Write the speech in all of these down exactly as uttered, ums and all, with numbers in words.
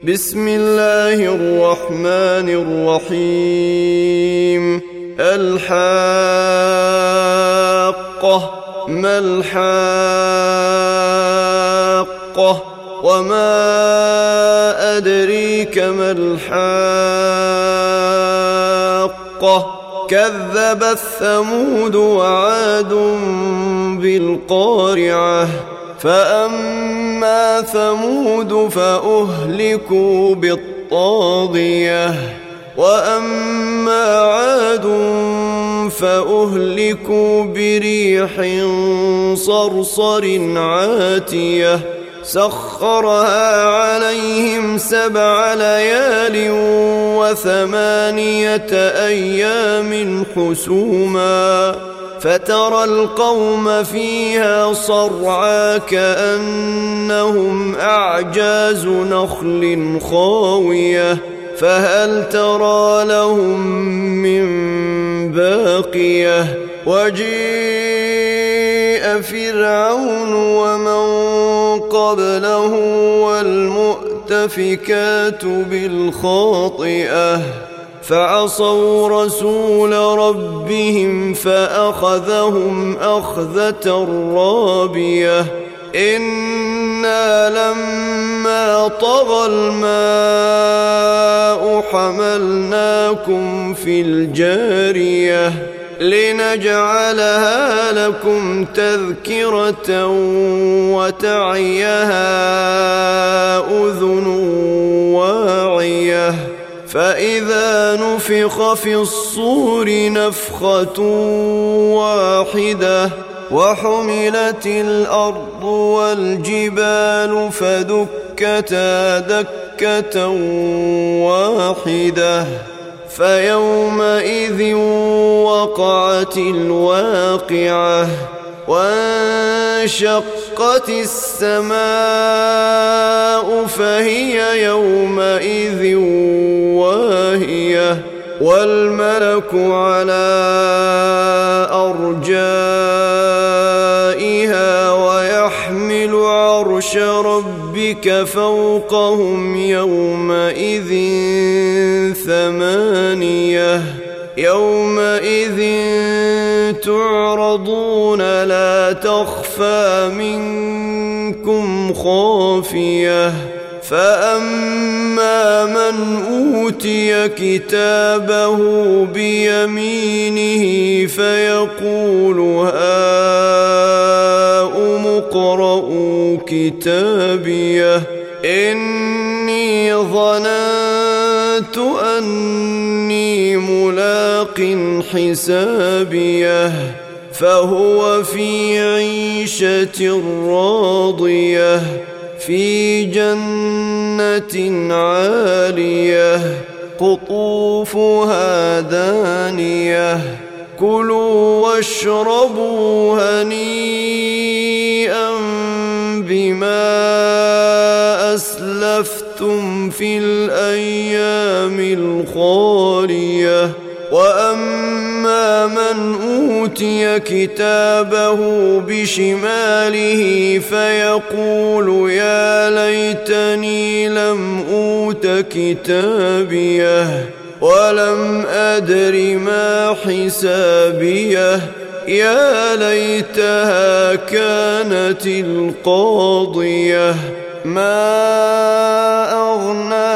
بسم الله الرحمن الرحيم. الحاقة ما الحاقة وما أدريك ما الحاقة كذبت ثمود وعاد بالقارعة فأما ثمود فأهلكوا بالطاغية وأما عاد فأهلكوا بريح صرصر عاتية سخرها عليهم سبع ليال وثمانية أيام حسوما فترى القوم فيها صرعى كأنهم أعجاز نخل خاوية فهل ترى لهم من باقية وجيء فرعون ومن قبله والمؤتفكات بالخاطئة فعصوا رسول ربهم فأخذهم أخذة رابية إنا لما طغى الماء حملناكم في الجارية لنجعلها لكم تذكرة وتعيها أذن واعية فإذا نفخ في الصور نفخة واحدة وحملت الأرض والجبال فدكتا دكة واحدة فيومئذ وقعت الواقعة وانشقت السماء فهي يومئذ واهية والملك على أرجائها ويحمل عرش ربك فوقهم يومئذ ثمانية يومئذ تعرضون لا تخفى منكم خافية فأما من أوتي كتابه بيمينه فيقول هاؤم اقرءوا كتابيه إني ظننت أني ملاق حسابيه فهو في عيشة راضية في جنة عالية قطوفها دانية كلوا واشربوا هنيئا بما أسلفتم في الأيام الخالية وأما من أوتي كتابه بشماله فيقول يا ليتني لم أوت كتابيه ولم أدر ما حسابيه يا ليتها كانت القاضية ما أغنى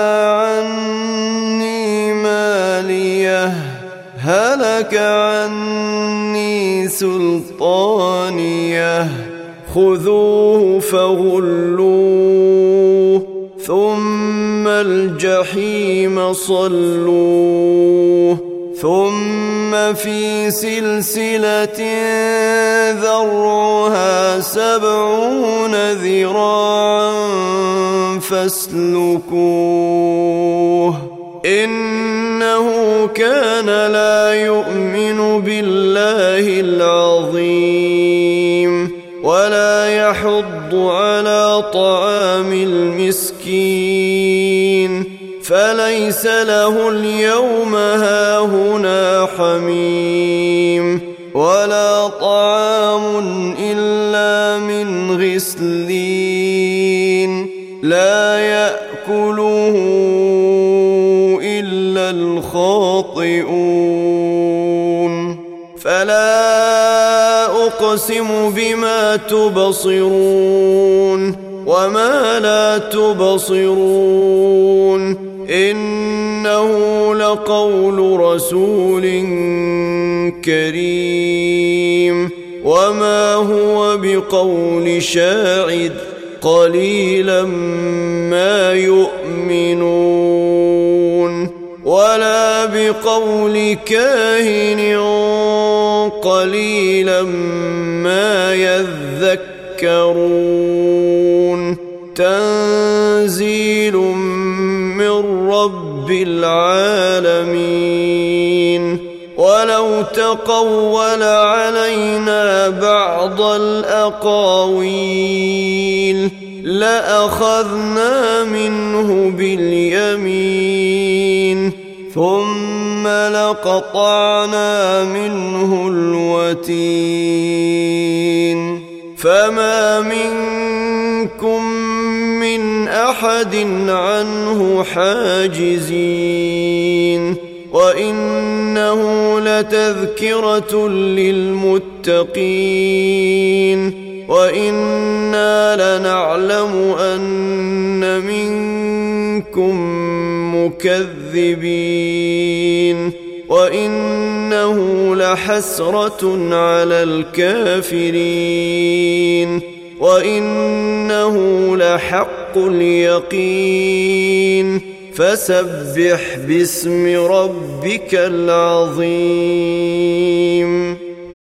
عني ماليه هلك عني سلطانيه خذوه فغلوه ثم الجحيم صلوه ثم في سلسلة ذرعها سبعون ذراعا فاسلكوه إنه كان لا يؤمن بالله العظيم ولا يحض على طعام المسكين فليس له اليوم هاهنا حميم ولا طعام إلا من غسلين لا يأكله أقسم بما تبصرون وما لا تبصرون إنه لقول رسول كريم وما هو بقول شاعر قليلا ما يؤمنون ولا بقول كاهن قليلا ما يذكرون تنزيل من رب العالمين ولو تقول علينا بعض الأقاويل لأخذنا منه باليمين ثم لقطعنا منه الوتين فما منكم من أحد عنه حاجزين وإنه لتذكرة للمتقين وإنا لنعلم أن منكم مكذبين وإنه لحسرة على الكافرين وإنه لحق اليقين فسبح باسم ربك العظيم.